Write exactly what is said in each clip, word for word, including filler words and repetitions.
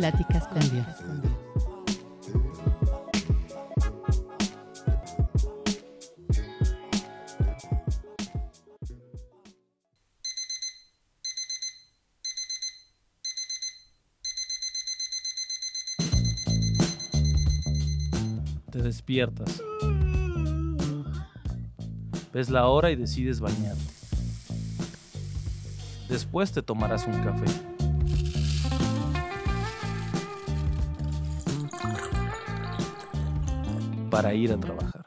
Pláticas con Dios. Te despiertas. Ves la hora y decides bañarte. Después te tomarás un café. Para ir a trabajar.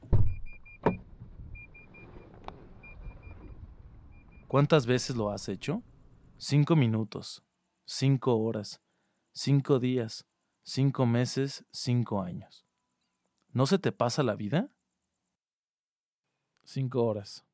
¿Cuántas veces lo has hecho? Cinco minutos, cinco horas, cinco días, cinco meses, cinco años. ¿No se te pasa la vida? Cinco horas.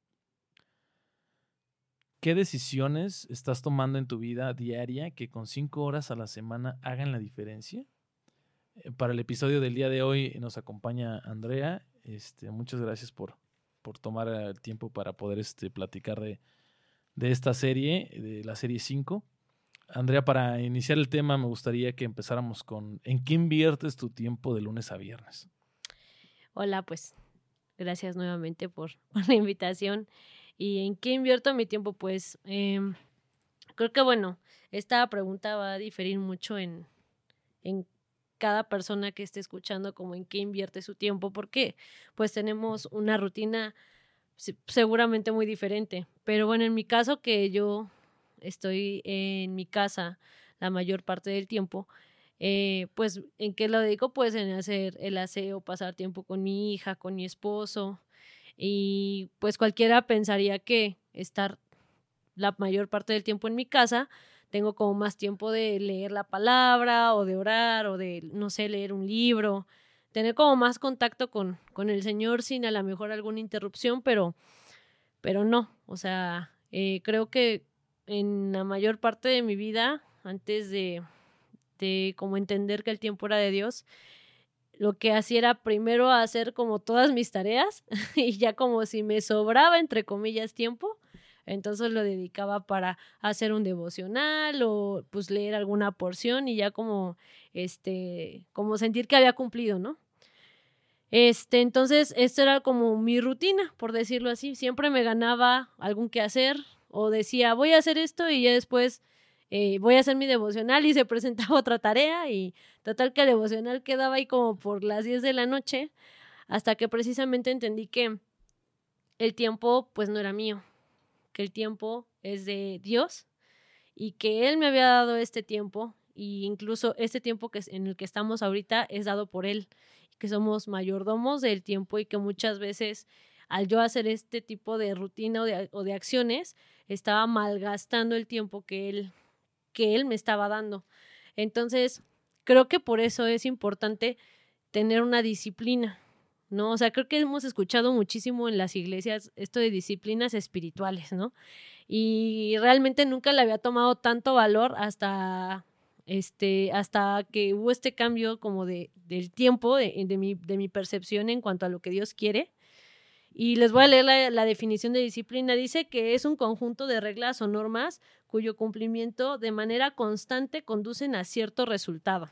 ¿Qué decisiones estás tomando en tu vida diaria que con cinco horas a la semana hagan la diferencia? Para el episodio del día de hoy nos acompaña Andrea. Este, muchas gracias por, por tomar el tiempo para poder este, platicar de, de esta serie, de la serie cinco. Andrea, para iniciar el tema me gustaría que empezáramos con ¿en qué inviertes tu tiempo de lunes a viernes? Hola, pues gracias nuevamente por, por la invitación. ¿Y en qué invierto mi tiempo? Pues eh, creo que bueno, esta pregunta va a diferir mucho en, en cada persona que esté escuchando, como en qué invierte su tiempo, porque pues tenemos una rutina seguramente muy diferente. Pero bueno, en mi caso, que yo estoy en mi casa la mayor parte del tiempo, eh, pues ¿en qué lo dedico? Pues en hacer el aseo, pasar tiempo con mi hija, con mi esposo, y pues cualquiera pensaría que estar la mayor parte del tiempo en mi casa tengo como más tiempo de leer la palabra o de orar o de, no sé, leer un libro, tener como más contacto con, con el Señor sin a lo mejor alguna interrupción, pero, pero no, o sea, eh, creo que en la mayor parte de mi vida, antes de, de como entender que el tiempo era de Dios, lo que hacía era primero hacer como todas mis tareas y ya como si me sobraba, entre comillas, tiempo, entonces lo dedicaba para hacer un devocional o pues leer alguna porción y ya como este como sentir que había cumplido, ¿no? Este, entonces esto era como mi rutina, por decirlo así. Siempre me ganaba algún quehacer o decía voy a hacer esto y ya después eh, voy a hacer mi devocional y se presentaba otra tarea y total que el devocional quedaba ahí como por las diez de la noche hasta que precisamente entendí que el tiempo pues no era mío, que el tiempo es de Dios y que Él me había dado este tiempo y incluso este tiempo que es en el que estamos ahorita es dado por Él, que somos mayordomos del tiempo y que muchas veces al yo hacer este tipo de rutina o de, o de acciones estaba malgastando el tiempo que Él, que Él me estaba dando. Entonces creo que por eso es importante tener una disciplina, ¿no? O sea, creo que hemos escuchado muchísimo en las iglesias esto de disciplinas espirituales, ¿no? Y realmente nunca le había tomado tanto valor hasta, este, hasta que hubo este cambio como de, del tiempo, de, de, mi, de mi percepción en cuanto a lo que Dios quiere. Y les voy a leer la, la definición de disciplina. Dice que es un conjunto de reglas o normas cuyo cumplimiento de manera constante conducen a cierto resultado.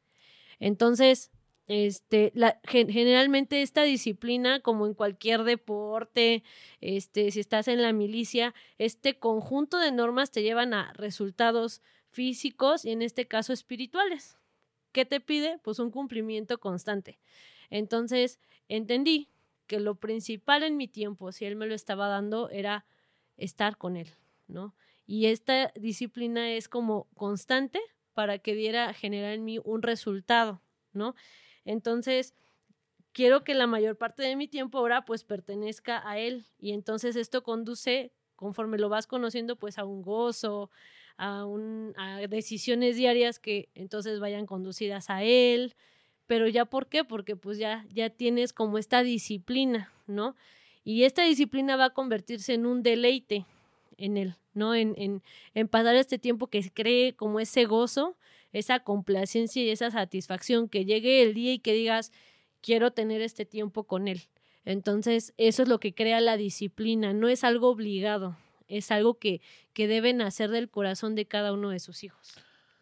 Entonces, Este, la, generalmente esta disciplina, como en cualquier deporte, este, si estás en la milicia, este conjunto de normas te llevan a resultados físicos y en este caso espirituales. ¿Qué te pide? Pues un cumplimiento constante. Entonces entendí que lo principal en mi tiempo, si Él me lo estaba dando, era estar con Él, ¿no? Y esta disciplina es como constante para que diera, generar en mí un resultado, ¿no? Entonces, quiero que la mayor parte de mi tiempo ahora pues pertenezca a Él y entonces esto conduce, conforme lo vas conociendo, pues a un gozo, a, un, a decisiones diarias que entonces vayan conducidas a Él, pero ya ¿por qué? Porque pues ya, ya tienes como esta disciplina, ¿no? Y esta disciplina va a convertirse en un deleite en Él, ¿no? En, en, en pasar este tiempo que cree como ese gozo, esa complacencia y esa satisfacción, que llegue el día y que digas, quiero tener este tiempo con Él. Entonces, eso es lo que crea la disciplina, no es algo obligado, es algo que, que debe nacer del corazón de cada uno de sus hijos.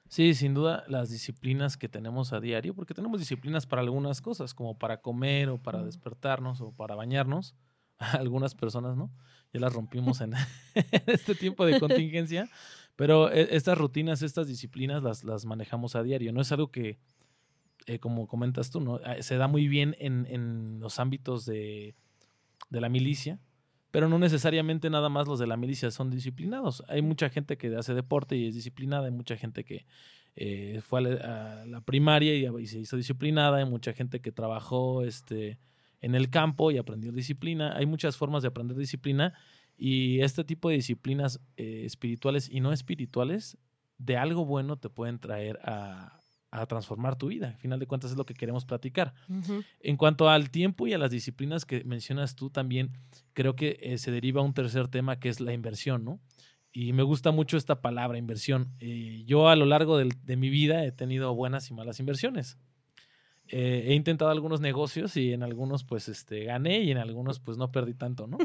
Sí, sin duda, las disciplinas que tenemos a diario, porque tenemos disciplinas para algunas cosas, como para comer o para Mm. despertarnos o para bañarnos. Algunas personas, ¿no? Ya las rompimos en este tiempo de contingencia, pero e- estas rutinas, estas disciplinas las, las manejamos a diario. No es algo que, eh, como comentas tú, ¿no? Eh, Se da muy bien en, en los ámbitos de, de la milicia, pero no necesariamente nada más los de la milicia son disciplinados. Hay mucha gente que hace deporte y es disciplinada, hay mucha gente que eh, fue a la, a la primaria y, y se hizo disciplinada, hay mucha gente que trabajó este, en el campo y aprendió disciplina. Hay muchas formas de aprender disciplina y este tipo de disciplinas eh, espirituales y no espirituales, de algo bueno te pueden traer a, a transformar tu vida. Al final de cuentas es lo que queremos platicar. Ujú. En cuanto al tiempo y a las disciplinas que mencionas tú también, creo que eh, se deriva un tercer tema que es la inversión, ¿no? Y me gusta mucho esta palabra, inversión. Eh, yo a lo largo del- de mi vida he tenido buenas y malas inversiones. Eh, he intentado algunos negocios y en algunos pues este, gané y en algunos pues no perdí tanto, ¿no?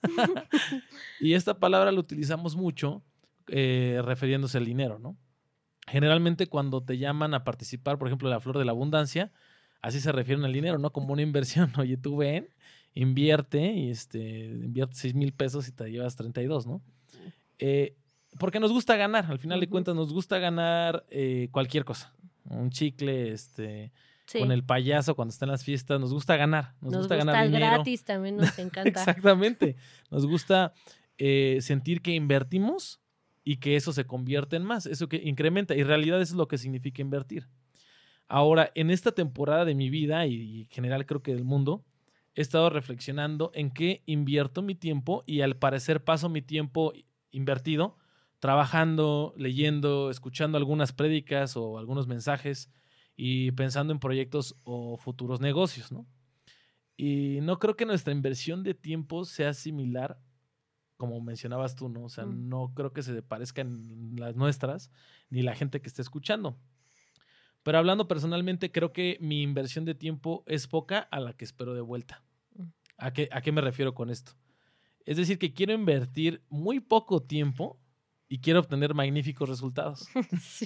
Y esta palabra la utilizamos mucho eh, refiriéndose al dinero, ¿no? Generalmente cuando te llaman a participar, por ejemplo, en la Flor de la Abundancia, así se refieren al dinero, ¿no? Como una inversión. Oye, tú ven, invierte y este, invierte seis mil pesos y te llevas treinta y dos, ¿no? Eh, porque nos gusta ganar, al final de Ujú. cuentas nos gusta ganar eh, cualquier cosa. Un chicle, este, con Sí, el payaso cuando está en las fiestas, nos gusta ganar, nos, nos gusta ganar gusta el dinero. gratis, también nos encanta. Exactamente. Nos gusta eh, sentir que invertimos y que eso se convierte en más, eso que incrementa. Y en realidad eso es lo que significa invertir. Ahora, en esta temporada de mi vida y, y en general creo que del mundo, he estado reflexionando en qué invierto mi tiempo y al parecer paso mi tiempo invertido trabajando, leyendo, escuchando algunas prédicas o algunos mensajes y pensando en proyectos o futuros negocios, ¿no? Y no creo que nuestra inversión de tiempo sea similar, como mencionabas tú, ¿no? O sea, Mm. no creo que se parezcan las nuestras ni la gente que esté escuchando. Pero hablando personalmente, creo que mi inversión de tiempo es poca a la que espero de vuelta. Mm. ¿A qué, a qué me refiero con esto? Es decir, que quiero invertir muy poco tiempo y quiero obtener magníficos resultados. Sí.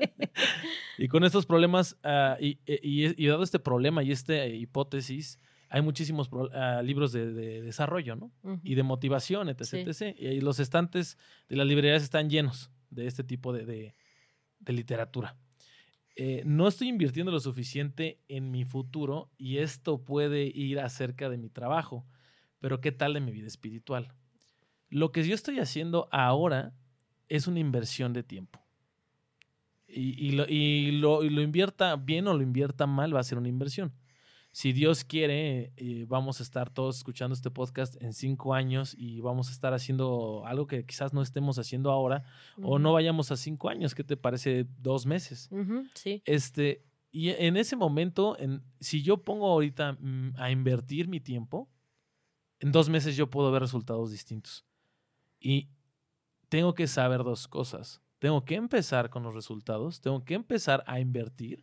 Y con estos problemas, uh, y, y, y, dado este problema y esta hipótesis, hay muchísimos pro, uh, libros de, de, desarrollo, ¿no? Ujú. Y de motivación, etc, Sí. etcétera. Y los estantes de las librerías están llenos de este tipo de, de, de literatura. Eh, no estoy invirtiendo lo suficiente en mi futuro y esto puede ir acerca de mi trabajo, pero ¿qué tal de mi vida espiritual? Lo que yo estoy haciendo ahora es una inversión de tiempo. Y, y, lo, y, lo, y lo invierta bien o lo invierta mal, va a ser una inversión. Si Dios quiere, eh, vamos a estar todos escuchando este podcast en cinco años y vamos a estar haciendo algo que quizás no estemos haciendo ahora, uh-huh. O no vayamos a cinco años. ¿Qué te parece? Dos meses. Uh-huh, sí. Este, y en ese momento, en, si yo pongo ahorita mm, a invertir mi tiempo, en dos meses yo puedo ver resultados distintos. Y tengo que saber dos cosas. Tengo que empezar con los resultados, tengo que empezar a invertir.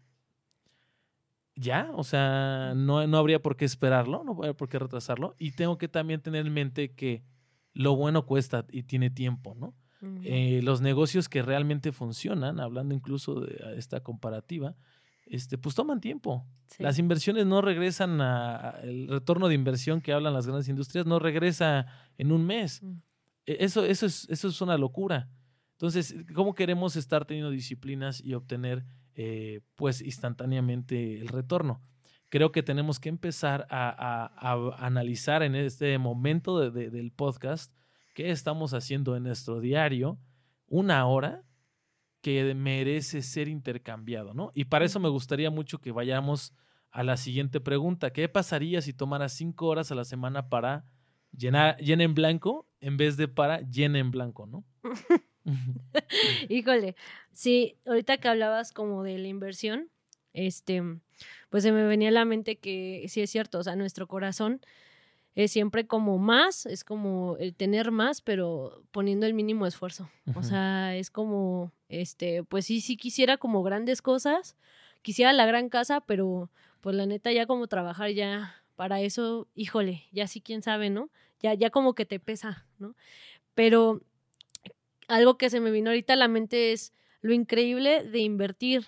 Ya, o sea, no, no habría por qué esperarlo, no habría por qué retrasarlo. Y tengo que también tener en mente que lo bueno cuesta y tiene tiempo, ¿no? Uh-huh. Eh, los negocios que realmente funcionan, hablando incluso de esta comparativa, este, pues toman tiempo. Sí. Las inversiones no regresan a, a, el retorno de inversión que hablan las grandes industrias no regresa en un mes. Uh-huh. Eso, eso, es, eso es una locura. Entonces, ¿cómo queremos estar teniendo disciplinas y obtener eh, pues instantáneamente el retorno? Creo que tenemos que empezar a, a, a analizar en este momento de, de, del podcast qué estamos haciendo en nuestro diario, una hora que merece ser intercambiado, ¿no? Y para eso me gustaría mucho que vayamos a la siguiente pregunta. ¿Qué pasaría si tomaras cinco horas a la semana para llenar, llena en blanco en vez de para llena en blanco, ¿no? Híjole, sí, ahorita que hablabas como de la inversión, este, pues se me venía a la mente que sí es cierto, o sea, nuestro corazón es siempre como más, es como el tener más, pero poniendo el mínimo esfuerzo. Uh-huh. O sea, es como, este, pues sí, sí quisiera como grandes cosas, quisiera la gran casa, pero pues la neta ya como trabajar ya para eso, híjole, ya sí quién sabe, ¿no? Ya, ya como que te pesa, ¿no? Pero algo que se me vino ahorita a la mente es lo increíble de invertir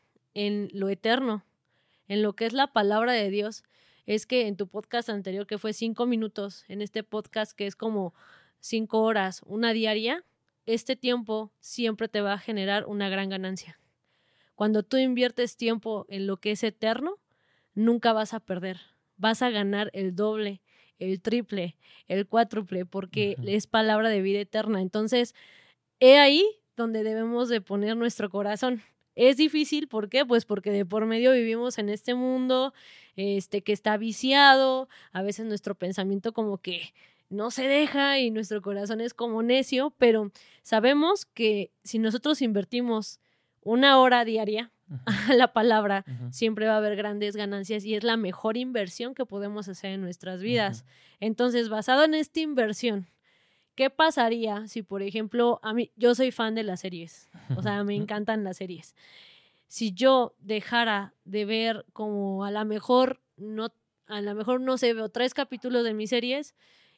en lo eterno, en lo que es la palabra de Dios, es que en tu podcast anterior, que fue cinco minutos, en este podcast que es como cinco horas, una diaria, este tiempo siempre te va a generar una gran ganancia. Cuando tú inviertes tiempo en lo que es eterno, nunca vas a perder. Vas a ganar el doble, el triple, el cuádruple, porque uh-huh. es palabra de vida eterna. Entonces, he ahí donde debemos de poner nuestro corazón. Es difícil, ¿por qué? Pues porque de por medio vivimos en este mundo este, que está viciado, a veces nuestro pensamiento como que no se deja y nuestro corazón es como necio, pero sabemos que si nosotros invertimos una hora diaria uh-huh. a la palabra, uh-huh. siempre va a haber grandes ganancias y es la mejor inversión que podemos hacer en nuestras vidas. Uh-huh. Entonces, basado en esta inversión, ¿qué pasaría si, por ejemplo, a mí, yo soy fan de las series, o sea, me encantan las series. Si yo dejara de ver como a lo mejor, no, a lo mejor no sé, veo tres capítulos de mis series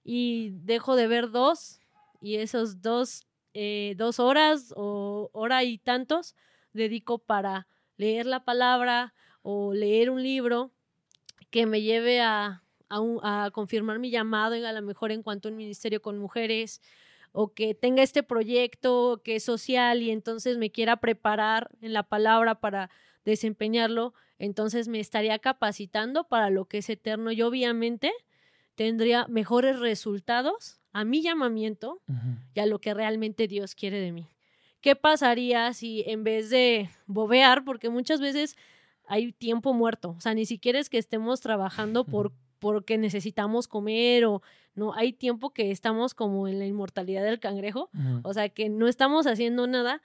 y dejo de ver dos, y esos dos, eh, dos horas o hora y tantos dedico para leer la palabra o leer un libro que me lleve a... A, un, a confirmar mi llamado, a lo mejor en cuanto a un ministerio con mujeres, o que tenga este proyecto que es social y entonces me quiera preparar en la palabra para desempeñarlo, entonces me estaría capacitando para lo que es eterno y obviamente tendría mejores resultados a mi llamamiento uh-huh. y a lo que realmente Dios quiere de mí. ¿Qué pasaría si en vez de bobear, porque muchas veces hay tiempo muerto, o sea, ni siquiera es que estemos trabajando por porque necesitamos comer o no, hay tiempo que estamos como en la inmortalidad del cangrejo, uh-huh. o sea, que no estamos haciendo nada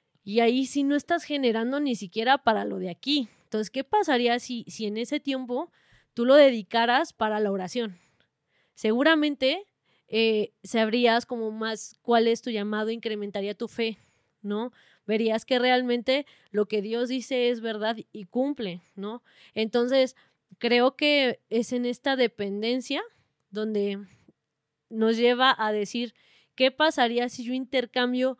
y ahí sí no estás generando ni siquiera para lo de aquí. Entonces, ¿qué pasaría si, si en ese tiempo tú lo dedicaras para la oración? Seguramente eh, sabrías como más cuál es tu llamado, incrementaría tu fe, ¿no? Verías que realmente lo que Dios dice es verdad y cumple, ¿no? Entonces, creo que es en esta dependencia donde nos lleva a decir, ¿qué pasaría si yo intercambio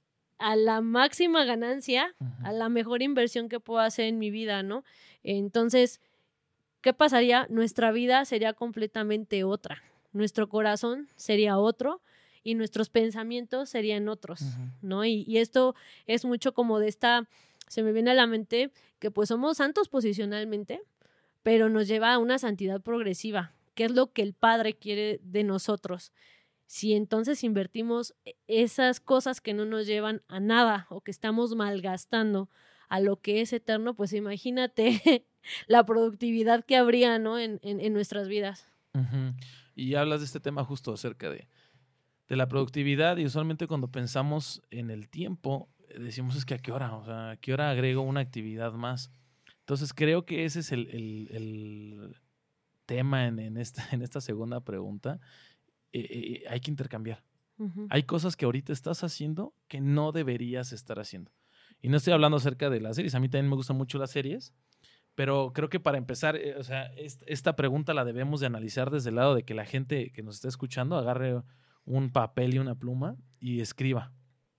a la máxima ganancia, uh-huh. a la mejor inversión que puedo hacer en mi vida, ¿no? Entonces, ¿qué pasaría? Nuestra vida sería completamente otra. Nuestro corazón sería otro y nuestros pensamientos serían otros, uh-huh. ¿no? Y, y esto es mucho como de esta, se me viene a la mente que pues somos santos posicionalmente, pero nos lleva a una santidad progresiva, que es lo que el Padre quiere de nosotros. Si entonces invertimos esas cosas que no nos llevan a nada o que estamos malgastando a lo que es eterno, pues imagínate la productividad que habría, ¿no? en, en, en nuestras vidas. Uh-huh. Y hablas de este tema justo acerca de, de la productividad y usualmente cuando pensamos en el tiempo, decimos es que a qué hora, o sea, a qué hora agrego una actividad más. Entonces creo que ese es el, el, el tema en, en, esta, en esta segunda pregunta. Eh, eh, hay que intercambiar. Uh-huh. Hay cosas que ahorita estás haciendo que no deberías estar haciendo. Y no estoy hablando acerca de las series. A mí también me gustan mucho las series, pero creo que para empezar, eh, o sea, est- esta pregunta la debemos de analizar desde el lado de que la gente que nos está escuchando agarre un papel y una pluma y escriba.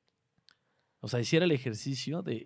O sea, hiciera el ejercicio de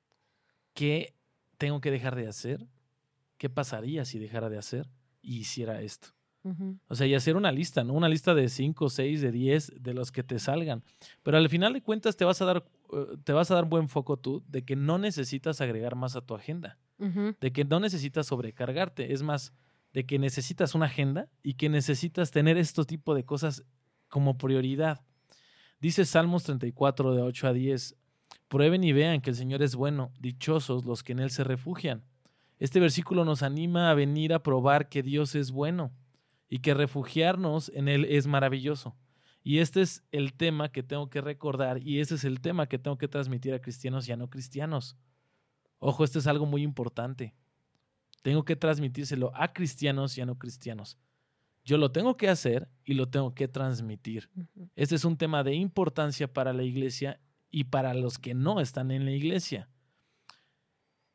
qué tengo que dejar de hacer, qué pasaría si dejara de hacer y hiciera esto. Uh-huh. O sea, y hacer una lista, ¿no? Una lista de cinco, seis, de diez, de los que te salgan. Pero al final de cuentas te vas a dar, uh, te vas a dar buen foco tú de que no necesitas agregar más a tu agenda. Uh-huh. De que no necesitas sobrecargarte. Es más, de que necesitas una agenda y que necesitas tener este tipo de cosas como prioridad. Dice Salmos treinta y cuatro, de ocho a diez. Prueben y vean que el Señor es bueno. Dichosos los que en Él se refugian. Este versículo nos anima a venir a probar que Dios es bueno y que refugiarnos en Él es maravilloso. Y este es el tema que tengo que recordar y ese es el tema que tengo que transmitir a cristianos y a no cristianos. Ojo, esto es algo muy importante. Tengo que transmitírselo a cristianos y a no cristianos. Yo lo tengo que hacer y lo tengo que transmitir. Uh-huh. Este es un tema de importancia para la iglesia y para los que no están en la iglesia.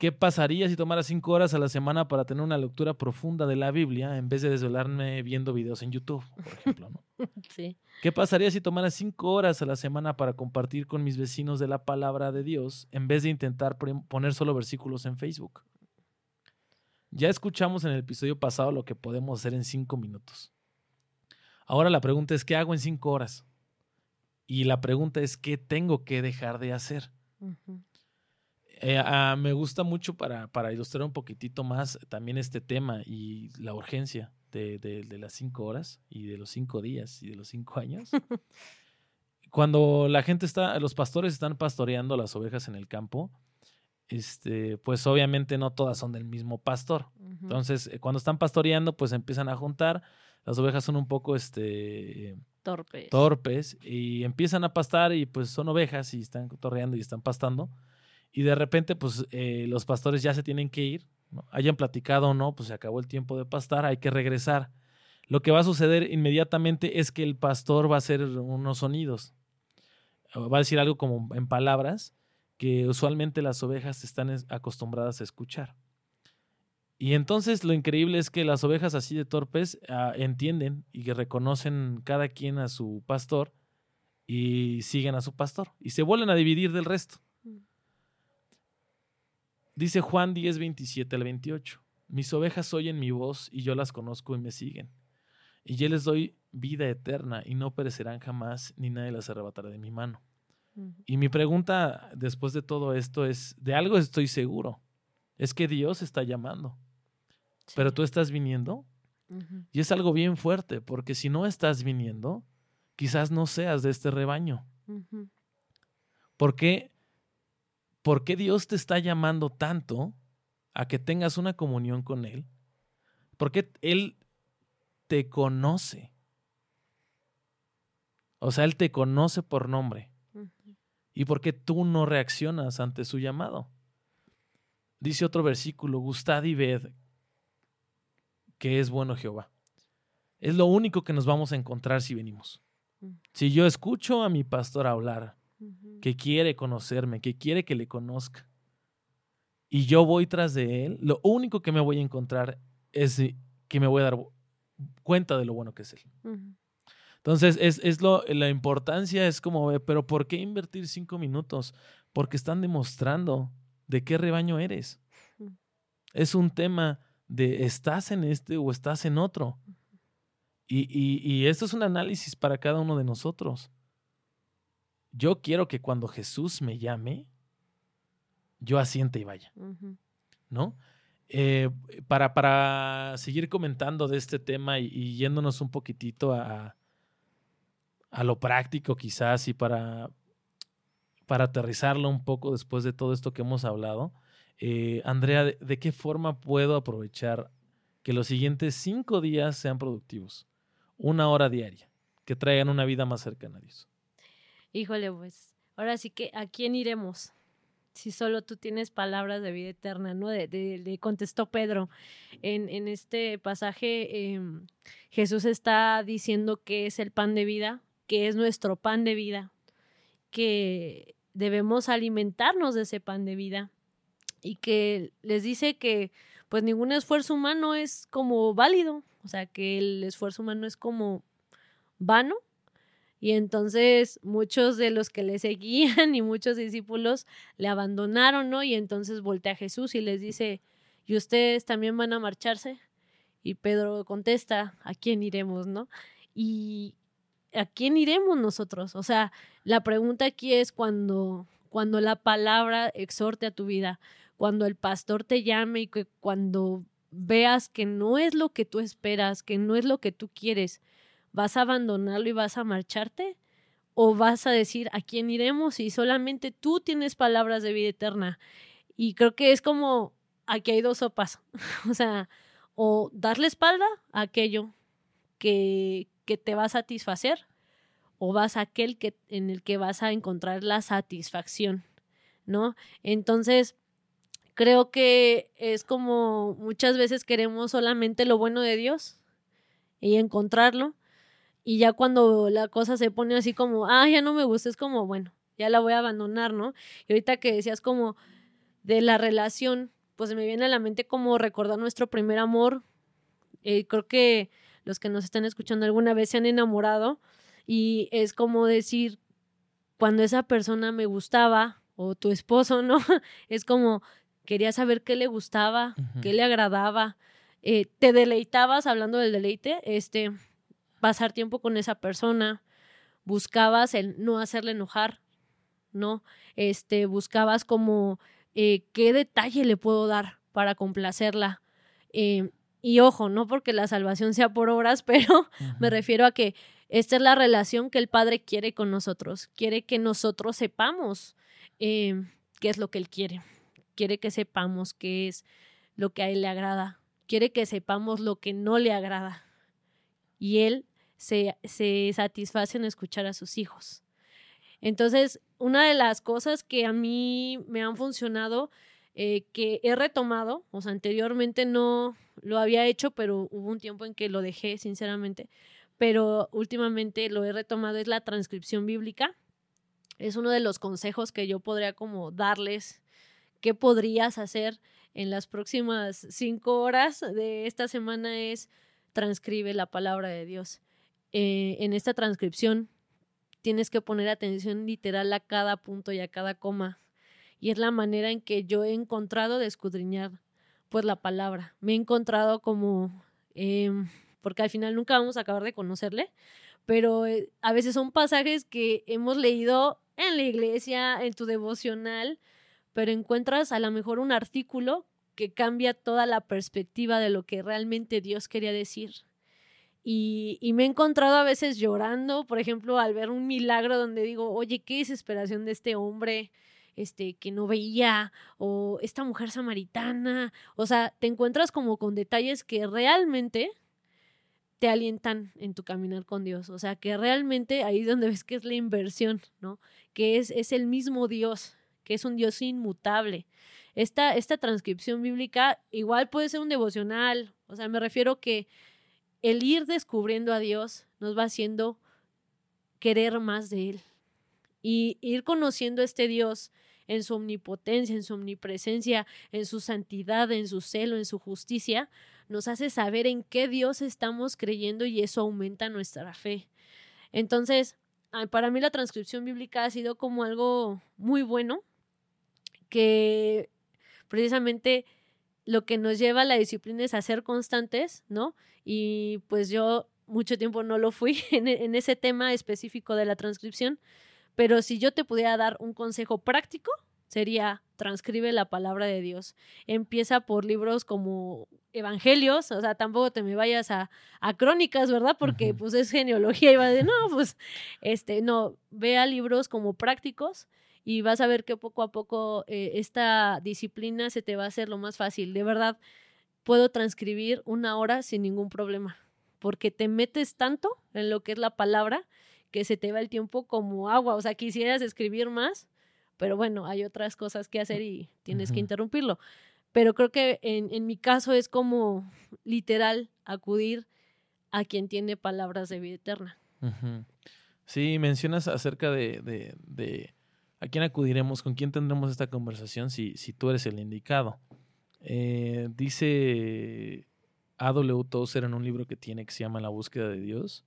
¿Qué pasaría si tomara cinco horas a la semana para tener una lectura profunda de la Biblia en vez de desvelarme viendo videos en YouTube, por ejemplo, ¿no? Sí. ¿Qué pasaría si tomara cinco horas a la semana para compartir con mis vecinos de la palabra de Dios en vez de intentar poner solo versículos en Facebook? Ya escuchamos en el episodio pasado lo que podemos hacer en cinco minutos. Ahora la pregunta es, ¿qué hago en cinco horas? Y la pregunta es, ¿qué tengo que dejar de hacer? Uh-huh. Eh, uh, me gusta mucho para, para ilustrar un poquitito más también este tema y la urgencia de, de, de las cinco horas y de los cinco días y de los cinco años. Cuando la gente está, los pastores están pastoreando las ovejas en el campo, este, pues obviamente no todas son del mismo pastor. Uh-huh. Entonces, cuando están pastoreando, pues empiezan a juntar. Las ovejas son un poco este, torpes. torpes y empiezan a pastar y pues son ovejas y están torreando y están pastando. Y de repente, pues, eh, los pastores ya se tienen que ir, ¿no? Hayan platicado o no, pues se acabó el tiempo de pastar, hay que regresar. Lo que va a suceder inmediatamente es que el pastor va a hacer unos sonidos. Va a decir algo como en palabras que usualmente las ovejas están acostumbradas a escuchar. Y entonces lo increíble es que las ovejas así de torpes uh, entienden y que reconocen cada quien a su pastor y siguen a su pastor y se vuelven a dividir del resto. Dice Juan diez, veintisiete al veintiocho. Mis ovejas oyen mi voz y yo las conozco y me siguen. Y yo les doy vida eterna y no perecerán jamás ni nadie las arrebatará de mi mano. Uh-huh. Y mi pregunta después de todo esto es, de algo estoy seguro, es que Dios está llamando. Sí. Pero tú estás viniendo. Uh-huh. Y es algo bien fuerte porque si no estás viniendo, quizás no seas de este rebaño. Uh-huh. ¿Por qué? ¿Por qué Dios te está llamando tanto a que tengas una comunión con Él? Porque Él te conoce. O sea, Él te conoce por nombre. Uh-huh. ¿Y por qué tú no reaccionas ante su llamado? Dice otro versículo, gustad y ved que es bueno Jehová. Es lo único que nos vamos a encontrar si venimos. Uh-huh. Si yo escucho a mi pastor hablar, que quiere conocerme, que quiere que le conozca, y yo voy tras de él, lo único que me voy a encontrar es que me voy a dar cuenta de lo bueno que es él. Uh-huh. Entonces, es, es lo, la importancia es como, pero ¿por qué invertir cinco minutos? Porque están demostrando de qué rebaño eres. Uh-huh. Es un tema de ¿estás en este o estás en otro? Uh-huh. Y, y, y esto es un análisis para cada uno de nosotros. Yo quiero que cuando Jesús me llame, yo asiente y vaya, uh-huh. ¿no? Eh, para, para seguir comentando de este tema y, y yéndonos un poquitito a, a lo práctico quizás y para, para aterrizarlo un poco después de todo esto que hemos hablado, eh, Andrea, ¿de, ¿de qué forma puedo aprovechar que los siguientes cinco días sean productivos? Una hora diaria, que traigan una vida más cercana a Dios. Híjole, pues, ahora sí que ¿a quién iremos? Si solo tú tienes palabras de vida eterna, ¿no? De, de, de contestó Pedro. En, en este pasaje, eh, Jesús está diciendo que es el pan de vida, que es nuestro pan de vida, que debemos alimentarnos de ese pan de vida y que les dice que pues ningún esfuerzo humano es como válido, o sea, que el esfuerzo humano es como vano. Y entonces muchos de los que le seguían y muchos discípulos le abandonaron, ¿no? Y entonces voltea a Jesús y les dice, ¿y ustedes también van a marcharse? Y Pedro contesta, ¿a quién iremos, no? Y ¿a quién iremos nosotros? O sea, la pregunta aquí es cuando, cuando la palabra exhorte a tu vida, cuando el pastor te llame y que cuando veas que no es lo que tú esperas, que no es lo que tú quieres, ¿vas a abandonarlo y vas a marcharte? ¿O vas a decir a quién iremos y solamente tú tienes palabras de vida eterna? Y creo que es como, aquí hay dos sopas. O sea, o darle espalda a aquello que, que te va a satisfacer, o vas a aquel que, en el que vas a encontrar la satisfacción, ¿no? Entonces, creo que es como muchas veces queremos solamente lo bueno de Dios y encontrarlo. Y ya cuando la cosa se pone así como, ah, ya no me gusta, es como, bueno, ya la voy a abandonar, ¿no? Y ahorita que decías como, de la relación, pues me viene a la mente como recordar nuestro primer amor. Eh, creo que los que nos están escuchando alguna vez se han enamorado y es como decir, cuando esa persona me gustaba, o tu esposo, ¿no? Es como, quería saber qué le gustaba, uh-huh. qué le agradaba, eh, te deleitabas, hablando del deleite, este, pasar tiempo con esa persona, buscabas el no hacerle enojar, ¿no? Este, buscabas como, eh, qué detalle le puedo dar para complacerla, eh, y ojo, no porque la salvación sea por obras, pero uh-huh. me refiero a que esta es la relación que el Padre quiere con nosotros. Quiere que nosotros sepamos eh, qué es lo que Él quiere. Quiere que sepamos qué es lo que a Él le agrada. Quiere que sepamos lo que no le agrada. Y Él se, se satisface en escuchar a sus hijos. Entonces, una de las cosas que a mí me han funcionado, eh, que he retomado, o sea, anteriormente no lo había hecho, pero hubo un tiempo en que lo dejé, sinceramente, pero últimamente lo he retomado, es la transcripción bíblica. Es uno de los consejos que yo podría como darles. ¿Qué podrías hacer en las próximas cinco horas de esta semana? Es transcribe la palabra de Dios. Eh, en esta transcripción tienes que poner atención literal a cada punto y a cada coma. Y es la manera en que yo he encontrado de escudriñar pues la palabra. Me he encontrado como... Eh, porque al final nunca vamos a acabar de conocerle, pero eh, a veces son pasajes que hemos leído en la iglesia, en tu devocional, pero encuentras a lo mejor un artículo que cambia toda la perspectiva de lo que realmente Dios quería decir. Y, y me he encontrado a veces llorando, por ejemplo, al ver un milagro donde digo, oye, qué desesperación de este hombre, este, que no veía, o esta mujer samaritana. O sea, te encuentras como con detalles que realmente te alientan en tu caminar con Dios. O sea, que realmente ahí es donde ves que es la inversión, ¿no? Que es, es el mismo Dios, que es un Dios inmutable. Esta, esta transcripción bíblica igual puede ser un devocional. O sea, me refiero que el ir descubriendo a Dios nos va haciendo querer más de Él. Y ir conociendo a este Dios en su omnipotencia, en su omnipresencia, en su santidad, en su celo, en su justicia, nos hace saber en qué Dios estamos creyendo y eso aumenta nuestra fe. Entonces, para mí la transcripción bíblica ha sido como algo muy bueno, que precisamente lo que nos lleva a la disciplina es a ser constantes, ¿no? Y pues yo mucho tiempo no lo fui en, en ese tema específico de la transcripción, pero si yo te pudiera dar un consejo práctico, sería transcribe la palabra de Dios. Empieza por libros como evangelios, o sea, tampoco te me vayas a, a crónicas, ¿verdad? Porque uh-huh. pues es genealogía y va de, no, pues, este, no, vea libros como prácticos y vas a ver que poco a poco eh, esta disciplina se te va a hacer lo más fácil. De verdad, puedo transcribir una hora sin ningún problema, porque te metes tanto en lo que es la palabra que se te va el tiempo como agua. O sea, quisieras escribir más, pero bueno, hay otras cosas que hacer y tienes uh-huh. que interrumpirlo. Pero creo que en, en mi caso es como literal acudir a quien tiene palabras de vida eterna. Uh-huh. Sí, mencionas acerca de, de, de a quién acudiremos, con quién tendremos esta conversación si, si tú eres el indicado. Eh, dice A W Tozer en un libro que tiene que se llama La búsqueda de Dios.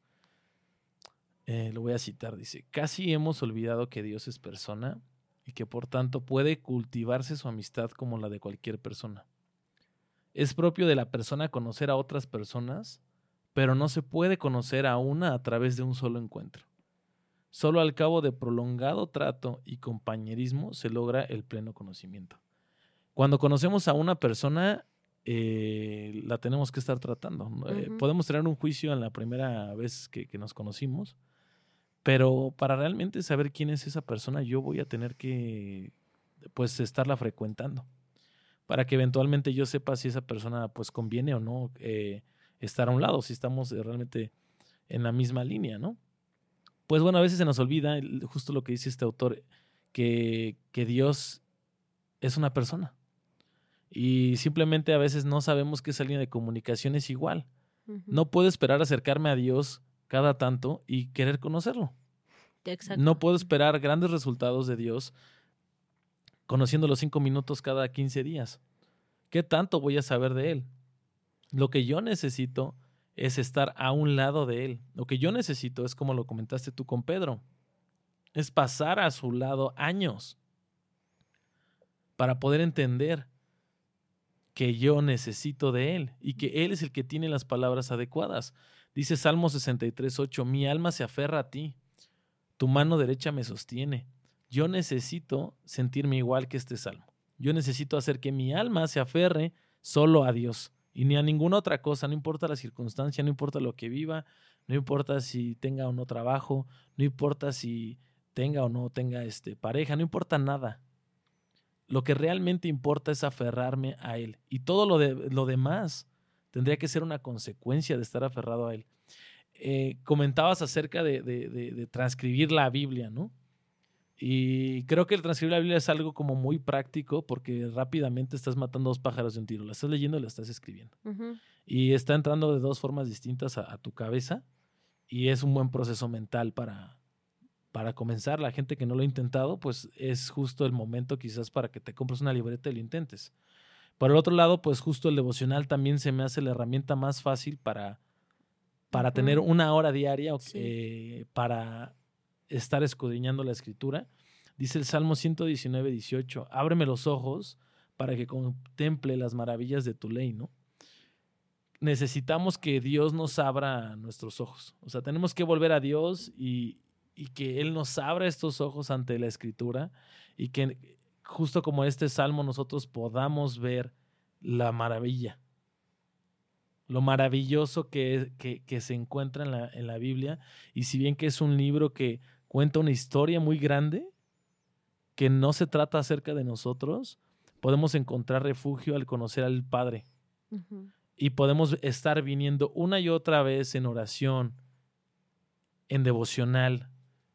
Eh, lo voy a citar, dice, casi hemos olvidado que Dios es persona y que por tanto puede cultivarse su amistad como la de cualquier persona. Es propio de la persona conocer a otras personas, pero no se puede conocer a una a través de un solo encuentro. Solo al cabo de prolongado trato y compañerismo se logra el pleno conocimiento. Cuando conocemos a una persona, eh, la tenemos que estar tratando. Uh-huh. Eh, podemos tener un juicio en la primera vez que, que nos conocimos, pero para realmente saber quién es esa persona, yo voy a tener que pues estarla frecuentando para que eventualmente yo sepa si esa persona pues conviene o no eh, estar a un lado, si estamos realmente en la misma línea, ¿no? Pues bueno, a veces se nos olvida justo lo que dice este autor, que, que Dios es una persona y simplemente a veces no sabemos que esa línea de comunicación es igual. Uh-huh. No puedo esperar acercarme a Dios cada tanto y querer conocerlo. Exacto. No puedo esperar grandes resultados de Dios conociéndolo cinco minutos cada quince días. ¿Qué tanto voy a saber de Él? Lo que yo necesito es estar a un lado de Él. Lo que yo necesito es, como lo comentaste tú con Pedro, es pasar a su lado años para poder entender que yo necesito de Él y que Él es el que tiene las palabras adecuadas. Dice Salmo sesenta y tres, ocho, mi alma se aferra a ti, tu mano derecha me sostiene. Yo necesito sentirme igual que este salmo. Yo necesito hacer que mi alma se aferre solo a Dios y ni a ninguna otra cosa, no importa la circunstancia, no importa lo que viva, no importa si tenga o no trabajo, no importa si tenga o no tenga este, pareja, no importa nada. Lo que realmente importa es aferrarme a Él. Y todo lo, de, lo demás tendría que ser una consecuencia de estar aferrado a Él. Eh, comentabas acerca de, de, de, de transcribir la Biblia, ¿no? Y creo que el transcribir la Biblia es algo como muy práctico porque rápidamente estás matando dos pájaros de un tiro. La estás leyendo y la estás escribiendo. Uh-huh. Y está entrando de dos formas distintas a, a tu cabeza y es un buen proceso mental para, para comenzar. La gente que no lo ha intentado, pues es justo el momento quizás para que te compres una libreta y lo intentes. Por el otro lado, pues justo el devocional también se me hace la herramienta más fácil para, para uh-huh. tener una hora diaria sí. eh, para estar escudriñando la escritura. Dice el Salmo ciento diecinueve, dieciocho, ábreme los ojos para que contemple las maravillas de tu ley, ¿no? Necesitamos que Dios nos abra nuestros ojos. O sea, tenemos que volver a Dios y, y que Él nos abra estos ojos ante la escritura y que justo como este Salmo nosotros podamos ver la maravilla, lo maravilloso que, que, que se encuentra en la, en la Biblia. Y si bien que es un libro que cuenta una historia muy grande, que no se trata acerca de nosotros, podemos encontrar refugio al conocer al Padre. Uh-huh. Y podemos estar viniendo una y otra vez en oración, en devocional,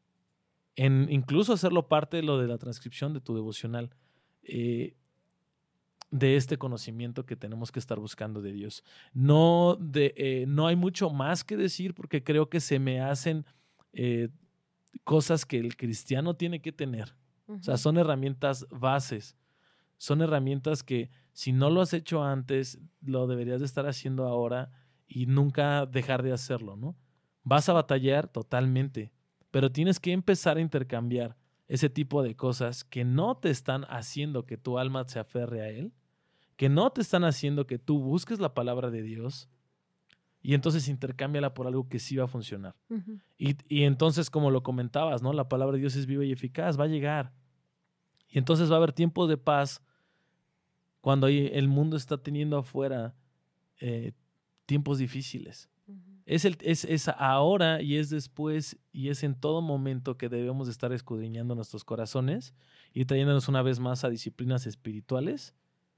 en incluso hacerlo parte de lo de la transcripción de tu devocional, eh, de este conocimiento que tenemos que estar buscando de Dios. No, de, eh, no hay mucho más que decir porque creo que se me hacen eh, cosas que el cristiano tiene que tener. Uh-huh. O sea, son herramientas bases. Son herramientas que si no lo has hecho antes, lo deberías de estar haciendo ahora y nunca dejar de hacerlo, ¿no? Vas a batallar totalmente, pero tienes que empezar a intercambiar ese tipo de cosas que no te están haciendo que tu alma se aferre a Él, que no te están haciendo que tú busques la palabra de Dios y entonces intercámbiala por algo que sí va a funcionar. Uh-huh. Y, y entonces, como lo comentabas, ¿no? La palabra de Dios es viva y eficaz, va a llegar. Y entonces va a haber tiempos de paz cuando el mundo está teniendo afuera eh, tiempos difíciles. Uh-huh. Es, el, es, es ahora y es después y es en todo momento que debemos estar escudriñando nuestros corazones y trayéndonos una vez más a disciplinas espirituales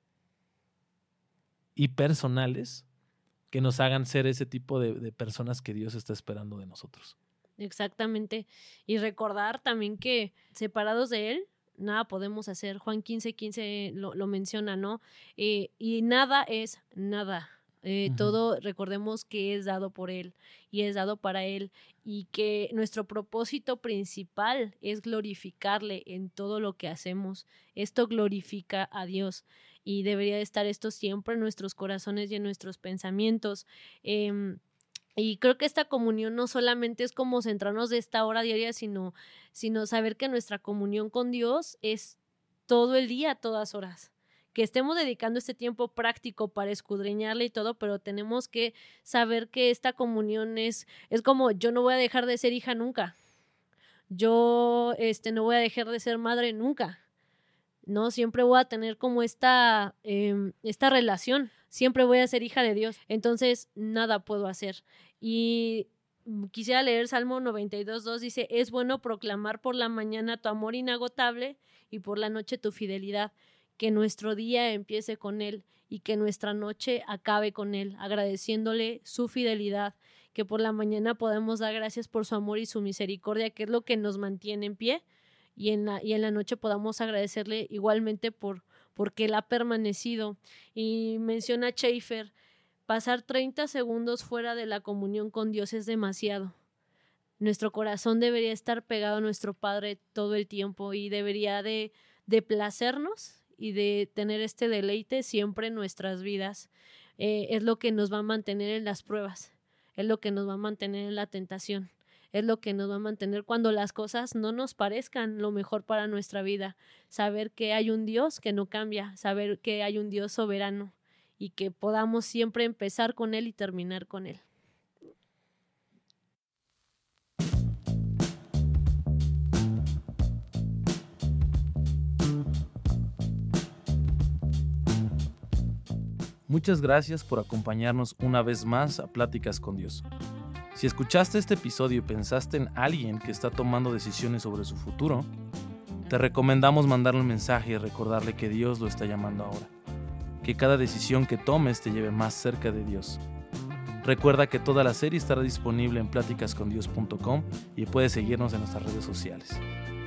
y personales que nos hagan ser ese tipo de, de personas que Dios está esperando de nosotros. Exactamente. Y recordar también que separados de Él, nada podemos hacer. Juan quince, quince lo, lo menciona, ¿no? Eh, y nada es nada. Eh, uh-huh. Todo, recordemos que es dado por Él y es dado para Él y que nuestro propósito principal es glorificarle en todo lo que hacemos. Esto glorifica a Dios y debería estar esto siempre en nuestros corazones y en nuestros pensamientos. Eh, Y creo que esta comunión no solamente es como centrarnos de esta hora diaria, sino, sino saber que nuestra comunión con Dios es todo el día, todas horas. Que estemos dedicando este tiempo práctico para escudriñarle y todo, pero tenemos que saber que esta comunión es, es como yo no voy a dejar de ser hija nunca. Yo este, no voy a dejar de ser madre nunca. No, siempre voy a tener como esta, eh, esta relación. Siempre voy a ser hija de Dios. Entonces, nada puedo hacer. Y quisiera leer Salmo noventa y dos, dos. Dice, es bueno proclamar por la mañana tu amor inagotable y por la noche tu fidelidad. Que nuestro día empiece con Él y que nuestra noche acabe con Él, agradeciéndole su fidelidad. Que por la mañana podamos dar gracias por su amor y su misericordia, que es lo que nos mantiene en pie. Y en la, y en la noche podamos agradecerle igualmente por porque Él ha permanecido. Y menciona Schaeffer, pasar treinta segundos fuera de la comunión con Dios es demasiado. Nuestro corazón debería estar pegado a nuestro Padre todo el tiempo y debería de, de placernos y de tener este deleite siempre en nuestras vidas. Eh, es lo que nos va a mantener en las pruebas, es lo que nos va a mantener en la tentación, es lo que nos va a mantener cuando las cosas no nos parezcan lo mejor para nuestra vida. Saber que hay un Dios que no cambia, saber que hay un Dios soberano y que podamos siempre empezar con Él y terminar con Él. Muchas gracias por acompañarnos una vez más a Pláticas con Dios. Si escuchaste este episodio y pensaste en alguien que está tomando decisiones sobre su futuro, te recomendamos mandarle un mensaje y recordarle que Dios lo está llamando ahora. Que cada decisión que tomes te lleve más cerca de Dios. Recuerda que toda la serie estará disponible en pláticas con dios punto com y puedes seguirnos en nuestras redes sociales.